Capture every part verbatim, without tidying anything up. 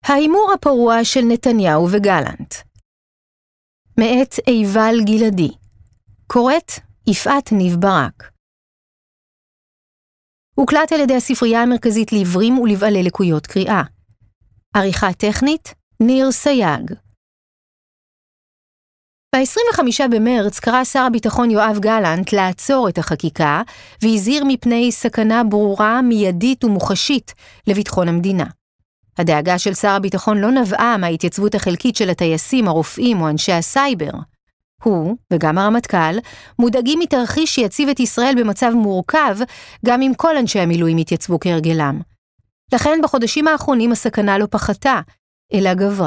ההימור הפרוע של נתניהו וגלנט. מאת איבל גלעדי. קוראת יפעת ניב ברק. הוקלט על ידי הספרייה המרכזית לעיוורים ולבעלי לקויות קריאה. עריכה טכנית ניר סייג. ב-עשרים וחמישה במרץ קרא שר הביטחון יואב גלנט לעצור את החקיקה והזהיר מפני סכנה ברורה, מיידית ומוחשית לביטחון המדינה. הדאגה של שר הביטחון לא נבעה מההתייצבות החלקית של הטייסים, הרופאים או אנשי הסייבר. הוא, וגם הרמטכ"ל, מודאגים מתרחיש שיציב את ישראל במצב מורכב, גם אם כל אנשי המילואים יתייצבו כהרגלם. לכן בחודשים האחרונים הסכנה לא פחתה, אלא גברה.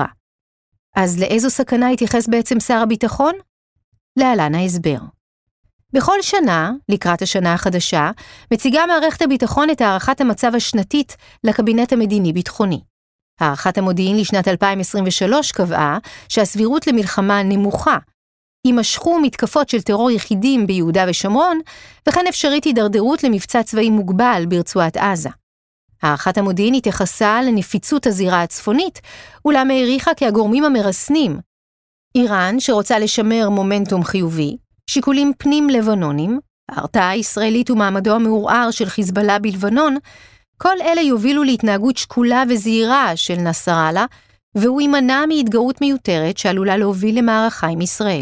אז לאיזו סכנה התייחס בעצם שר הביטחון? להלן ההסבר. בכל שנה, לקראת השנה החדשה, מציגה מערכת הביטחון את הערכת המצב השנתית לקבינט המדיני-ביטחוני. הערכת המודיעין לשנת אלפיים עשרים ושלוש קבעה שהסבירות למלחמה נמוכה, יימשכו מתקפות של טרור יחידים ביהודה ושומרון, וכן אפשרית הידרדרות למבצע צבאי מוגבל ברצועת עזה. הערכת המודיעין התייחסה לנפיצות הזירה הצפונית, אולם העריכה כי הגורמים המרסנים, איראן שרוצה לשמר מומנטום חיובי, שיקולים פנים לבנונים, ההרתעה הישראלית ומעמדו המעורער של חיזבאללה בלבנון, כל אלה יובילו להתנהגות שקולה וזהירה של נסראללה, והוא יימנע מהתגרות מיותרת שעלולה להוביל למערכה עם ישראל.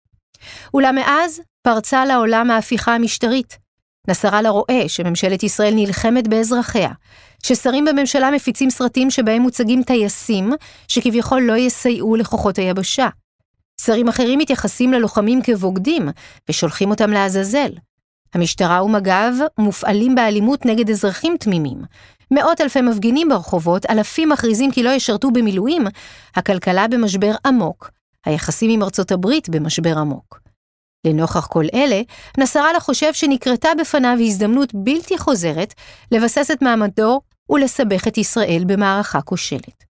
אולם מאז פרצה לעולם ההפיכה המשטרית. נסראללה רואה שממשלת ישראל נלחמת באזרחיה, ששרים בממשלה מפיצים סרטים שבהם מוצגים טייסים שכביכול לא יסייעו לכוחות היבשה. שרים אחרים מתייחסים ללוחמים כבוגדים ושולחים אותם לעזאזל. המשטרה ומג"ב מופעלים באלימות נגד אזרחים תמימים. מאות אלפי מפגינים ברחובות, אלפים מכריזים כי לא ישרתו במילואים, הכלכלה במשבר עמוק, היחסים עם ארצות הברית במשבר עמוק. לנוכח כל אלה, נסראללה חושב שנקרתה בפניו הזדמנות בלתי חוזרת לבסס את מעמדו ולסבך את ישראל במערכה כושלת.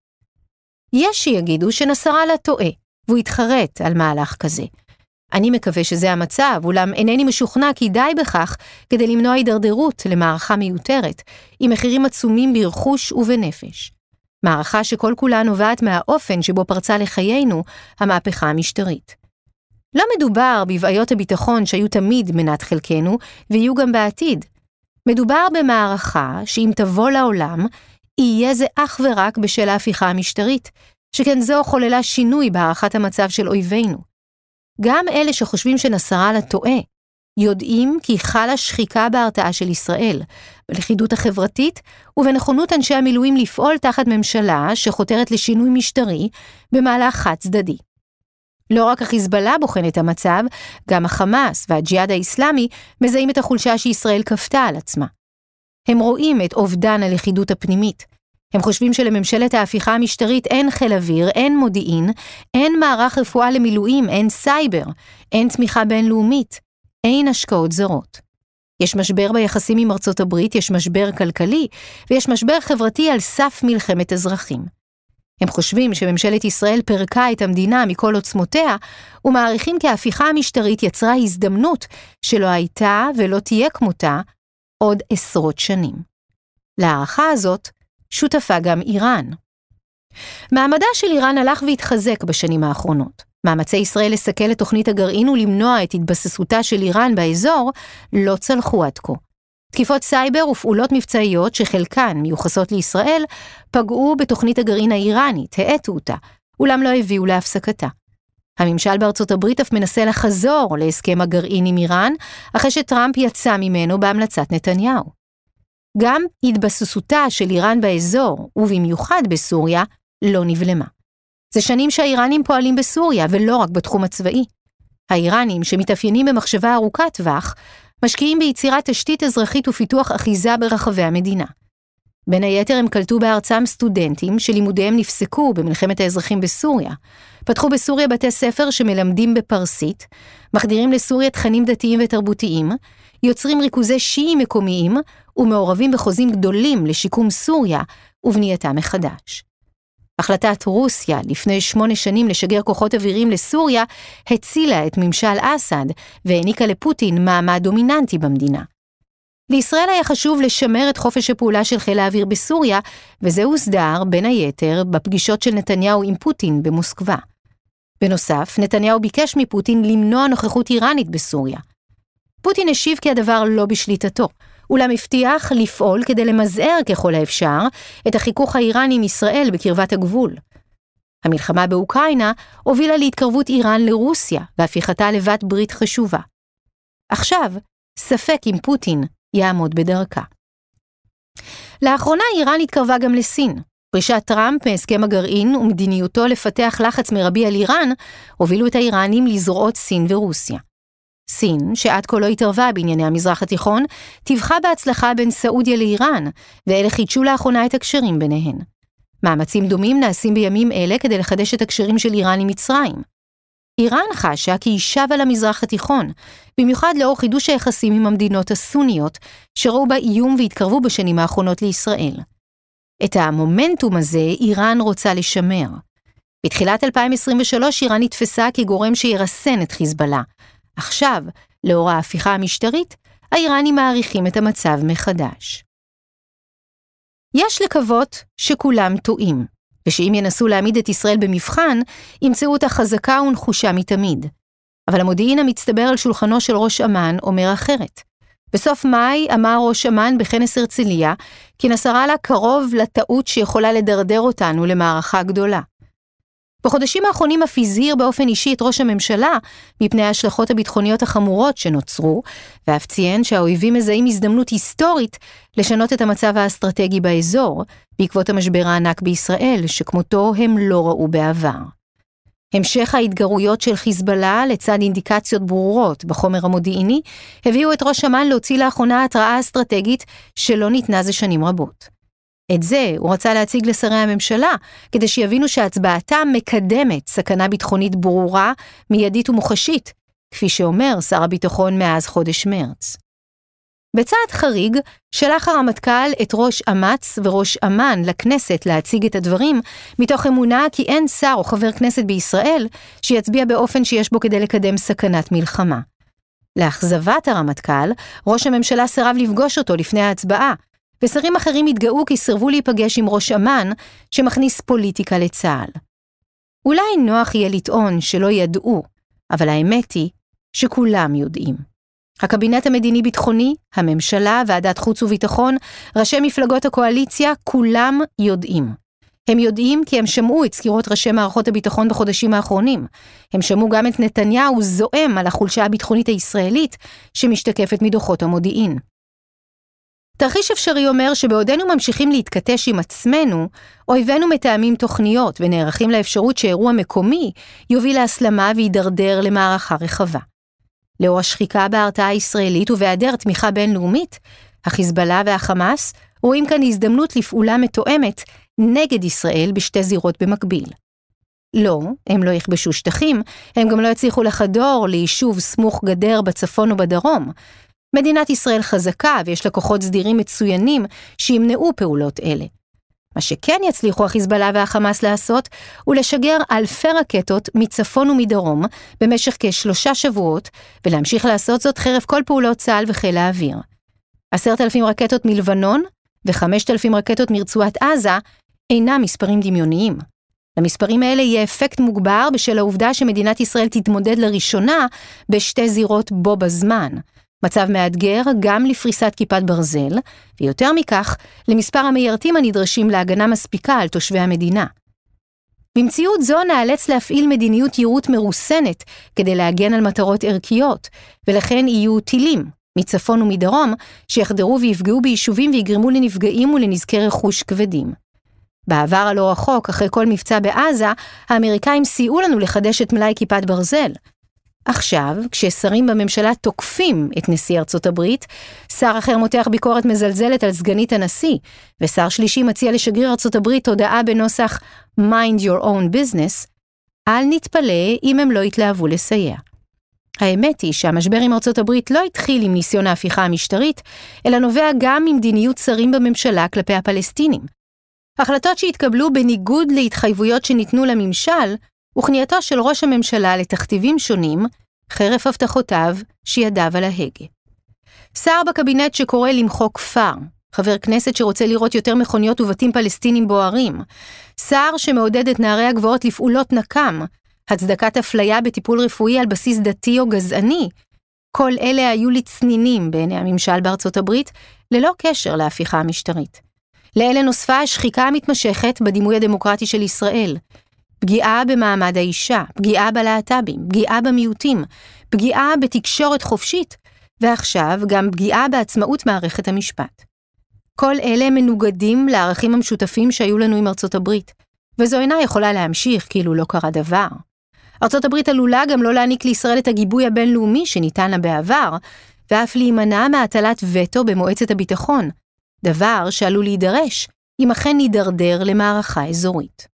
יש שיגידו שנסראללה טועה, והוא יתחרט על מהלך כזה. אני מקווה שזה המצב, אולם אינני משוכנע כי די בכך כדי למנוע הידרדרות למערכה מיותרת, עם מחירים עצומים ברכוש ובנפש. מערכה שכל כולה נובעת מהאופן שבו פרצה לחיינו המהפכה המשטרית. לא מדובר בבעיות הביטחון שהיו תמיד מנת חלקנו, ויהיו גם בעתיד. מדובר במערכה שאם תבוא לעולם, יהיה זה אך ורק בשל ההפיכה המשטרית, שכן זו חוללה שינוי בהערכת המצב של אויבינו. גם אלה שחושבים שנסראללה טועה, יודעים כי חלה שחיקה בהרתעה של ישראל, בלכידות החברתית ובנכונות אנשי המילואים לפעול תחת ממשלה שחותרת לשינוי משטרי במהלך חד צדדי. לא רק החיזבאללה בוחן את המצב, גם החמאס והג'יהאד האסלאמי מזהים את החולשה שישראל כפתה על עצמה. הם רואים את אובדן הלכידות הפנימית. הם חושבים שלממשלת ההפיכה המשטרית אין חיל אוויר, אין מודיעין, אין מערך רפואה למילואים, אין סייבר, אין תמיכה בינלאומית, אין השקעות זרות. יש משבר ביחסים עם ארצות הברית, יש משבר כלכלי, ויש משבר חברתי על סף מלחמת אזרחים. הם חושבים שממשלת ישראל פרקה את המדינה מכל עוצמותיה, ומעריכים כי ההפיכה המשטרית יצרה הזדמנות שלא הייתה ולא תהיה כמותה עוד עשרות שנים. להערכה הזאת שותפה גם איראן. מעמדה של איראן הלך והתחזק בשנים האחרונות. מאמצי ישראל לסכל את תוכנית הגרעין ולמנוע את התבססותה של איראן באזור לא צלחו עד כה. תקיפות סייבר ופעולות מבצעיות שחלקן מיוחסות לישראל פגעו בתוכנית הגרעין האיראנית, האטו אותה, אולם לא הביאו להפסקתה. הממשל בארצות הברית אף מנסה לחזור להסכם הגרעין עם איראן, אחרי שטראמפ יצא ממנו בהמלצת נתניהו. גם התבססותה של איראן באזור, ובמיוחד בסוריה, לא נבלמה. זה שנים שהאיראנים פועלים בסוריה, ולא רק בתחום הצבאי. האיראנים, שמתאפיינים במחשבה ארוכת טווח, משקיעים ביצירת תשתית אזרחית ופיתוח אחיזה ברחבי המדינה. בין היתר הם קלטו בארצם סטודנטים שלימודיהם נפסקו במלחמת האזרחים בסוריה, פתחו בסוריה בתי ספר שמלמדים בפרסית, מחדירים לסוריה תכנים דתיים ותרבותיים, יוצרים ריכוזי שיעים מקומיים ומעורבים בחוזים גדולים לשיקום סוריה ובנייתה מחדש. החלטת רוסיה לפני שמונה שנים לשגר כוחות אווירים לסוריה הצילה את ממשל אסד והעניקה לפוטין מעמד דומיננטי במדינה. לישראל היה חשוב לשמר את חופש הפעולה של חיל האוויר בסוריה, וזה הוסדר בין היתר בפגישות של נתניהו עם פוטין במוסקבה. בנוסף, נתניהו ביקש מפוטין למנוע נוכחות איראנית בסוריה. פוטין השיב כי הדבר לא בשליטתו, אולם הבטיח לפעול כדי למזער ככל האפשר את החיכוך האיראני עם ישראל בקרבת הגבול. המלחמה באוקראינה הובילה להתקרבות איראן לרוסיה והפיכתה לבת ברית חשובה. עכשיו, ספק אם פוטין יעמוד בדרכה. לאחרונה איראן התקרבה גם לסין. פרישת טראמפ מהסכם הגרעין ומדיניותו לפתח לחץ מרבי על איראן הובילו את האיראנים לזרועות סין ורוסיה. סין, שעד כה לא התערבה בענייני המזרח התיכון, טבחה בהצלחה בין סעודיה לאיראן, ואלה חידשו לאחרונה את הקשרים ביניהן. מאמצים דומים נעשים בימים אלה כדי לחדש את הקשרים של איראן עם מצרים. איראן חשה כי היא שבה למזרח התיכון, במיוחד לאור חידוש היחסים עם המדינות הסוניות, שראו בה איום והתקרבו בשנים האחרונות לישראל. את המומנטום הזה איראן רוצה לשמר. בתחילת אלפיים עשרים ושלוש איראן נתפסה כגורם שירסן את חיזבאללה. עכשיו, לאור ההפיכה המשטרית, האיראנים מעריכים את המצב מחדש. יש לקוות שכולם טועים, ושאם ינסו להעמיד את ישראל במבחן, ימצאו אותה חזקה ונחושה מתמיד. אבל המודיעין המצטבר על שולחנו של ראש אמ"ן אומר אחרת. בסוף מאי אמר ראש אמ"ן בכנס הרצליה, כי נסראללה קרוב לטעות שיכולה לדרדר אותנו למערכה גדולה. בחודשים האחרונים אף הזהיר באופן אישי את ראש הממשלה מפני ההשלכות הביטחוניות החמורות שנוצרו, ואף ציין שהאויבים מזהים הזדמנות היסטורית לשנות את המצב האסטרטגי באזור, בעקבות המשבר הענק בישראל, שכמותו הם לא ראו בעבר. המשך ההתגרויות של חיזבאללה לצד אינדיקציות ברורות בחומר המודיעיני, הביאו את ראש אמ"ן להוציא לאחרונה התראה אסטרטגית שלא ניתנה זה שנים רבות. את זה הוא רצה להציג לשרי הממשלה, כדי שיבינו שהצבעתם מקדמת סכנה ביטחונית ברורה, מיידית ומוחשית, כפי שאומר שר הביטחון מאז חודש מרץ. בצעד חריג, שלח הרמטכ"ל את ראש אמ"ץ וראש אמ"ן לכנסת להציג את הדברים, מתוך אמונה כי אין שר או חבר כנסת בישראל שיצביע באופן שיש בו כדי לקדם סכנת מלחמה. לאכזבת הרמטכ"ל, ראש הממשלה סירב לפגוש אותו לפני ההצבעה, ושרים אחרים התגאו כי סירבו להיפגש עם ראש אמ"ן שמכניס פוליטיקה לצה"ל. אולי נוח יהיה לטעון שלא ידעו, אבל האמת היא שכולם יודעים. הקבינט המדיני-ביטחוני, הממשלה, ועדת חוץ וביטחון, ראשי מפלגות הקואליציה, כולם יודעים. הם יודעים כי הם שמעו את סקירות ראשי מערכות הביטחון בחודשים האחרונים. הם שמעו גם את נתניהו זועם על החולשה הביטחונית הישראלית שמשתקפת מדוחות המודיעין. תרחיש אפשרי אומר שבעודנו ממשיכים להתכתש עם עצמנו, אויבינו מתאמים תוכניות ונערכים לאפשרות שאירוע מקומי יוביל להסלמה וידרדר למערכה רחבה. לאור השחיקה בהרתעה הישראלית ובהיעדר תמיכה בינלאומית, החיזבאללה והחמאס רואים כאן הזדמנות לפעולה מתואמת נגד ישראל בשתי זירות במקביל. לא, הם לא יכבשו שטחים, הם גם לא יצליחו לחדור ליישוב סמוך גדר בצפון ובדרום. מדינת ישראל חזקה ויש לה כוחות סדירים מצוינים שימנעו פעולות אלה. מה שכן יצליחו החיזבאללה והחמאס לעשות, הוא לשגר אלפי רקטות מצפון ומדרום במשך כשלושה שבועות, ולהמשיך לעשות זאת חרף כל פעולות צה"ל וחיל האוויר. עשרת אלפים רקטות מלבנון וחמשת אלפים רקטות מרצועת עזה אינם מספרים דמיוניים. למספרים האלה יהיה אפקט מוגבר בשל העובדה שמדינת ישראל תתמודד לראשונה בשתי זירות בו בזמן. מצב מאתגר גם לפריסת כיפת ברזל, ויותר מכך, למספר המיירטים הנדרשים להגנה מספיקה על תושבי המדינה. במציאות זו נאלץ להפעיל מדיניות יירוט מרוסנת כדי להגן על מטרות ערכיות, ולכן יהיו טילים מצפון ומדרום שיחדרו ויפגעו ביישובים ויגרמו לנפגעים ולנזקי רכוש כבדים. בעבר הלא רחוק, אחרי כל מבצע בעזה, האמריקאים סייעו לנו לחדש את מלאי כיפת ברזל. עכשיו, כששרים בממשלה תוקפים את נשיא ארצות הברית, שר אחר מותח ביקורת מזלזלת על סגנית הנשיא, ושר שלישי מציע לשגריר ארצות הברית הודעה בנוסח Mind your own business, אל נתפלא אם הם לא יתלהבו לסייע. האמת היא שהמשבר עם ארצות הברית לא התחיל עם ניסיון ההפיכה המשטרית, אלא נובע גם ממדיניות שרים בממשלה כלפי הפלסטינים. החלטות שהתקבלו בניגוד להתחייבויות שניתנו לממשל, וכנייתו של ראש הממשלה לתכתיבים שונים, חרף הבטחותיו שידיו על ההגה. שר בקבינט שקורא למחוק כפר, חבר כנסת שרוצה לראות יותר מכוניות ובתים פלסטינים בוערים, שר שמעודד את נערי הגבעות לפעולות נקם, הצדקת אפליה בטיפול רפואי על בסיס דתי או גזעני. כל אלה היו לצנינים בעיני הממשל בארצות הברית, ללא קשר להפיכה המשטרית. לאלה נוספה השחיקה המתמשכת בדימוי הדמוקרטי של ישראל, פגיעה במעמד האישה, פגיעה בלהט"בים, פגיעה במיעוטים, פגיעה בתקשורת חופשית, ועכשיו גם פגיעה בעצמאות מערכת המשפט. כל אלה מנוגדים לערכים המשותפים שהיו לנו עם ארצות הברית, וזו אינה יכולה להמשיך כאילו לא קרה דבר. ארצות הברית עלולה גם לא להעניק לישראל את הגיבוי הבינלאומי שניתן לה בעבר, ואף להימנע מהטלת וטו במועצת הביטחון, דבר שעלול להידרש אם אכן נידרדר למערכה אזורית.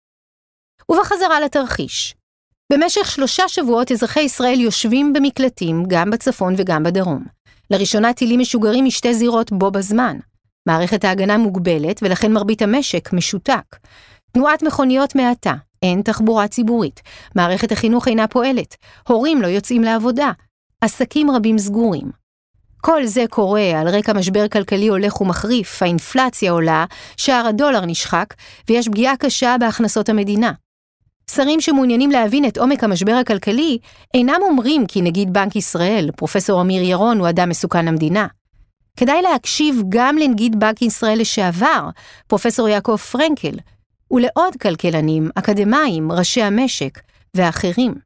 ובחזרה לתרחיש. במשך שלושה שבועות אזרחי ישראל יושבים במקלטים גם בצפון וגם בדרום. לראשונה טילים משוגרים משתי זירות בו בזמן. מערכת ההגנה מוגבלת ולכן מרבית המשק משותק. תנועת מכוניות מעטה, אין תחבורה ציבורית. מערכת החינוך אינה פועלת. הורים לא יוצאים לעבודה. עסקים רבים סגורים. כל זה קורה על רקע משבר כלכלי הולך ומחריף, האינפלציה עולה, שער הדולר נשחק, ויש פגיעה קשה בהכנסות המדינה. שרים שמעוניינים להבין את עומק המשבר הכלכלי, אינם אומרים כי נגיד בנק ישראל, פרופסור אמיר ירון, הוא אדם מסוכן למדינה. כדאי להקשיב גם לנגיד בנק ישראל לשעבר, פרופסור יעקב פרנקל, ולעוד כלכלנים, אקדמיים, ראשי המשק ואחרים.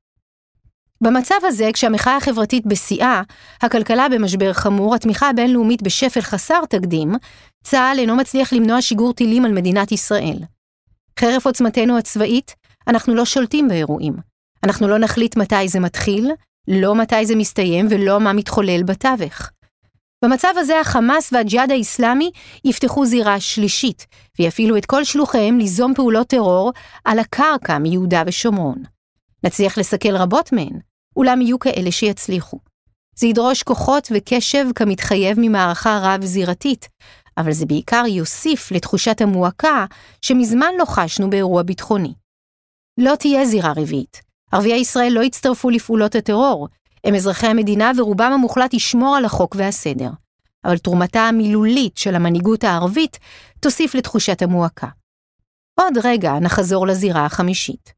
במצב הזה, כשהמחאה החברתית בשיאה, הכלכלה במשבר חמור, התמיכה הבינלאומית בשפל חסר תקדים, צה"ל אינו מצליח למנוע שיגור טילים על מדינת ישראל. חרף עוצמתנו הצבאית, אנחנו לא שולטים באירועים. אנחנו לא נחליט מתי זה מתחיל, לא מתי זה מסתיים ולא מה מתחולל בתווך. במצב הזה החמאס והג'יהאד האסלאמי יפתחו זירה שלישית, ויפעילו את כל שלוחיהם ליזום פעולות טרור על הקרקע מיהודה ושומרון. נצליח לסכל רבות מהן, אולם יהיו כאלה שיצליחו. זה ידרוש כוחות וקשב כמתחייב ממערכה רב-זירתית, אבל זה בעיקר יוסיף לתחושת המועקה שמזמן לא חשנו באירוע ביטחוני. לא תהיה זירה רביעית. ערביי ישראל לא יצטרפו לפעולות הטרור, הם אזרחי המדינה ורובם המוחלט ישמור על החוק והסדר. אבל תרומתה המילולית של המנהיגות הערבית תוסיף לתחושת המועקה. עוד רגע נחזור לזירה החמישית.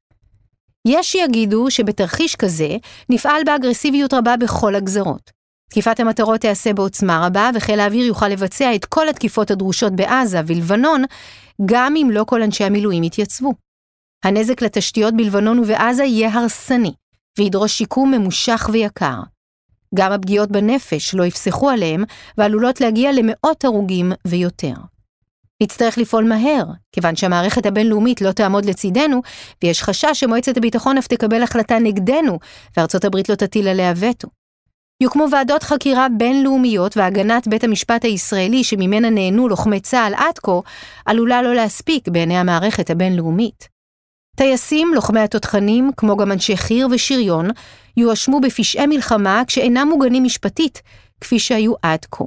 יש שיגידו שבתרחיש כזה נפעל באגרסיביות רבה בכל הגזרות. תקיפת המטרות תיעשה בעוצמה רבה וחיל האוויר יוכל לבצע את כל התקיפות הדרושות בעזה ולבנון, גם אם לא כל אנשי המילואים יתייצבו. הנזק לתשתיות בלבנון ובעזה יהיה הרסני, וידרוש שיקום ממושך ויקר. גם הפגיעות בנפש לא יפסחו עליהם, ועלולות להגיע למאות הרוגים ויותר. נצטרך לפעול מהר, כיוון שהמערכת הבינלאומית לא תעמוד לצידנו, ויש חשש שמועצת הביטחון אף תקבל החלטה נגדנו, וארצות הברית לא תטיל עליה וטו. יוקמו ועדות חקירה בינלאומיות והגנת בית המשפט הישראלי שממנה נהנו לוחמי צה"ל עד כה, עלולה לא להספיק בעיני המערכת הבינלאומית. טייסים, לוחמי התותחנים, כמו גם אנשי חי"ר ושריון, יואשמו בפשעי מלחמה כשאינם מוגנים משפטית, כפי שהיו עד כה.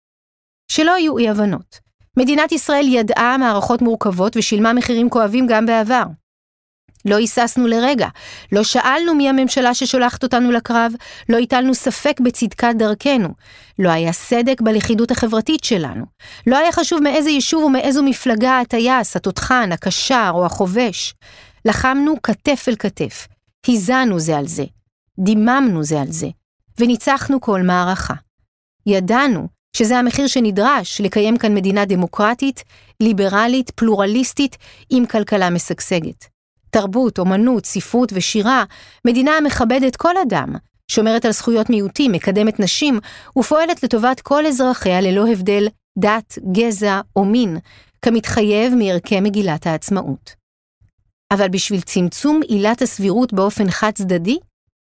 שלא יהיו אי הבנות. מדינת ישראל ידעה מערכות מורכבות ושילמה מחירים כואבים גם בעבר. לא היססנו לרגע, לא שאלנו מי הממשלה ששולחת אותנו לקרב, לא הטלנו ספק בצדקת דרכנו, לא היה סדק בלכידות החברתית שלנו, לא היה חשוב מאיזה יישוב ומאיזו מפלגה הטייס, התותחן, הקשר או החובש. לחמנו כתף אל כתף, היזנו זה על זה, דיממנו זה על זה, וניצחנו כל מערכה. ידענו שזה המחיר שנדרש לקיים כאן מדינה דמוקרטית, ליברלית, פלורליסטית, עם כלכלה משגשגת. תרבות, אומנות, ספרות ושירה, מדינה המכבדת כל אדם, שומרת על זכויות מיעוטים, מקדמת נשים, ופועלת לטובת כל אזרחיה ללא הבדל דת, גזע או מין, כמתחייב מערכי מגילת העצמאות. אבל בשביל צמצום עילת הסבירות באופן חד צדדי,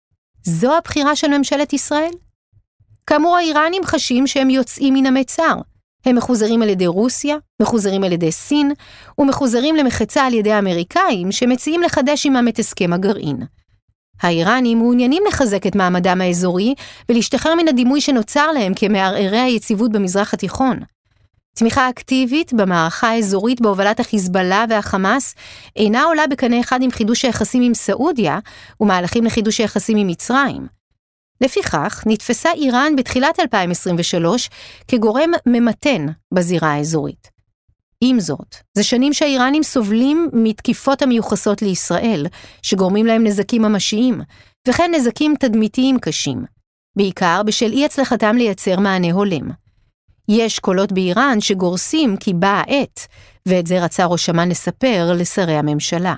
זו הבחירה של ממשלת ישראל? כאמור, האיראנים חשים שהם יוצאים מן המצר. הם מחוזרים על ידי רוסיה, מחוזרים על ידי סין, ומחוזרים למחצה על ידי האמריקאים שמציעים לחדש עמם את הסכם הגרעין. האיראנים מעוניינים לחזק את מעמדם האזורי ולהשתחרר מן הדימוי שנוצר להם כמערערי היציבות במזרח התיכון. תמיכה אקטיבית במערכה האזורית בהובלת החיזבאללה והחמאס אינה עולה בקנה אחד עם חידוש היחסים עם סעודיה ומהלכים לחידוש היחסים עם מצרים. לפיכך, נתפסה איראן בתחילת אלפיים עשרים ושלוש כגורם ממתן בזירה האזורית. עם זאת, זה שנים שהאיראנים סובלים מתקיפות המיוחסות לישראל, שגורמים להם נזקים ממשיים, וכן נזקים תדמיתיים קשים, בעיקר בשל אי הצלחתם לייצר מענה הולם. יש קולות באיראן שגורסים כי באה העת, ואת זה רצה ראש אמ"ן לספר לשרי הממשלה.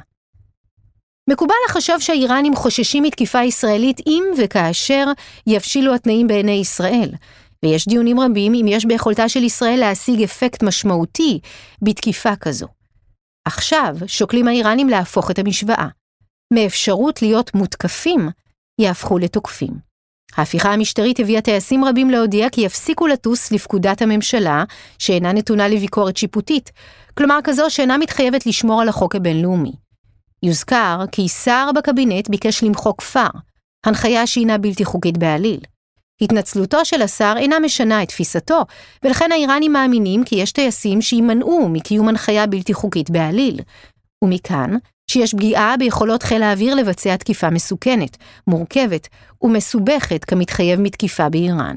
מקובל לחשוב שהאיראנים חוששים מתקיפה ישראלית אם וכאשר יבשילו התנאים בעיני ישראל, ויש דיונים רבים אם יש ביכולתה של ישראל להשיג אפקט משמעותי בתקיפה כזו. עכשיו שוקלים האיראנים להפוך את המשוואה. מאפשרות להיות מותקפים, יהפכו לתוקפים. ההפיכה המשטרית הביאה טייסים רבים להודיע כי יפסיקו לטוס לפקודת הממשלה, שאינה נתונה לביקורת שיפוטית, כלומר כזו שאינה מתחייבת לשמור על החוק הבינלאומי. יוזכר כי שר בקבינט ביקש למחוק כפר, הנחיה שהינה בלתי חוקית בעליל. התנצלותו של השר אינה משנה את תפיסתו, ולכן האיראנים מאמינים כי יש טייסים שימנעו מקיום הנחיה בלתי חוקית בעליל. ומכאן שיש פגיעה ביכולות חיל האוויר לבצע תקיפה מסוכנת, מורכבת ומסובכת כמתחייב מתקיפה באיראן.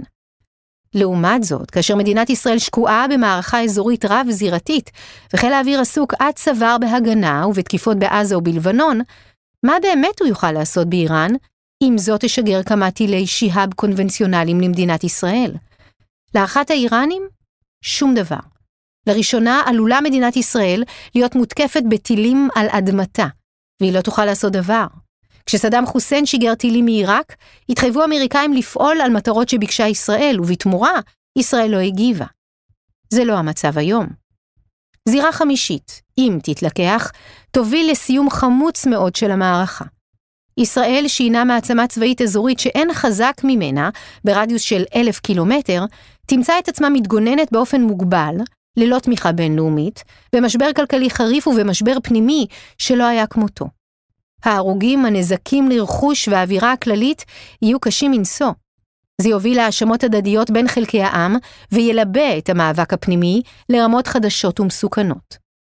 לעומת זאת, כאשר מדינת ישראל שקועה במערכה אזורית רב-זירתית, וחיל האוויר עסוק עד צוואר בהגנה ובתקיפות בעזה ובלבנון, מה באמת הוא יוכל לעשות באיראן, אם זאת תשגר כמה טילי שיהאב קונבנציונליים למדינת ישראל? להערכת האיראנים, שום דבר. לראשונה עלולה מדינת ישראל להיות מותקפת בטילים על אדמתה, והיא לא תוכל לעשות דבר. כשסדאם חוסיין שיגר טילים מעיראק, התחייבו האמריקאים לפעול על מטרות שביקשה ישראל, ובתמורה ישראל לא הגיבה. זה לא המצב היום. זירה חמישית, אם תתלקח, תוביל לסיום חמוץ מאוד של המערכה. ישראל, שהינה מעצמה צבאית אזורית שאין חזק ממנה, ברדיוס של אלף קילומטר, תמצא את עצמה מתגוננת באופן מוגבל, ללא תמיכה בינלאומית, במשבר כלכלי חריף ובמשבר פנימי שלא היה כמותו. ההרוגים, הנזקים לרכוש והאווירה הכללית יהיו קשים מנשוא. זה יוביל להאשמות הדדיות בין חלקי העם, וילבה את המאבק הפנימי לרמות חדשות ומסוכנות.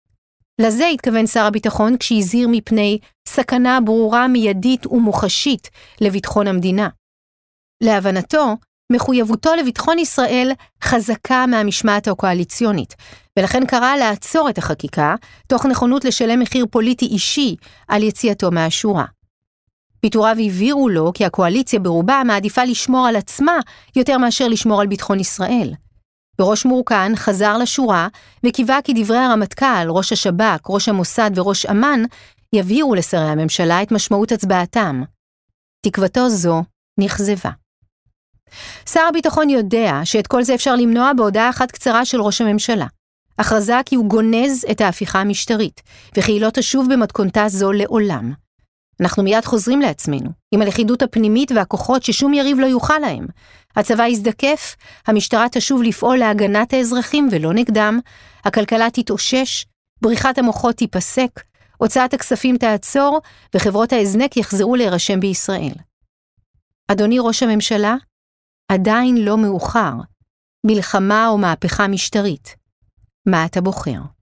לזה התכוון שר הביטחון כשהזהיר מפני סכנה ברורה מיידית ומוחשית לביטחון המדינה. להבנתו, מחויבותו לביטחון ישראל חזקה מהמשמעת הקואליציונית, ולכן קרא לעצור את החקיקה, תוך נכונות לשלם מחיר פוליטי אישי על יציאתו מהשורה. פיטוריו הבהירו לו כי הקואליציה ברובה מעדיפה לשמור על עצמה יותר מאשר לשמור על ביטחון ישראל. בראש מורכן חזר לשורה וקיווה כי דברי הרמטכ"ל, ראש השב"כ, ראש המוסד וראש אמ"ן יבהירו לשרי הממשלה את משמעות הצבעתם. תקוותו זו נכזבה. שר הביטחון יודע שאת כל זה אפשר למנוע בהודעה אחת קצרה של ראש הממשלה. הכרזה כי הוא גונז את ההפיכה המשטרית, וכי היא לא תשוב במתכונתה זו לעולם. אנחנו מיד חוזרים לעצמנו, עם הלכידות הפנימית והכוחות ששום יריב לא יוכל להם. הצבא יזדקף, המשטרה תשוב לפעול להגנת האזרחים ולא נגדם, הכלכלה תתאושש, בריחת המוחות תיפסק, הוצאת הכספים תעצור, וחברות ההזנק יחזרו להירשם בישראל. אדוני ראש הממשלה, עדיין לא מאוחר. מלחמה או מהפכה משטרית. מה אתה בוחר?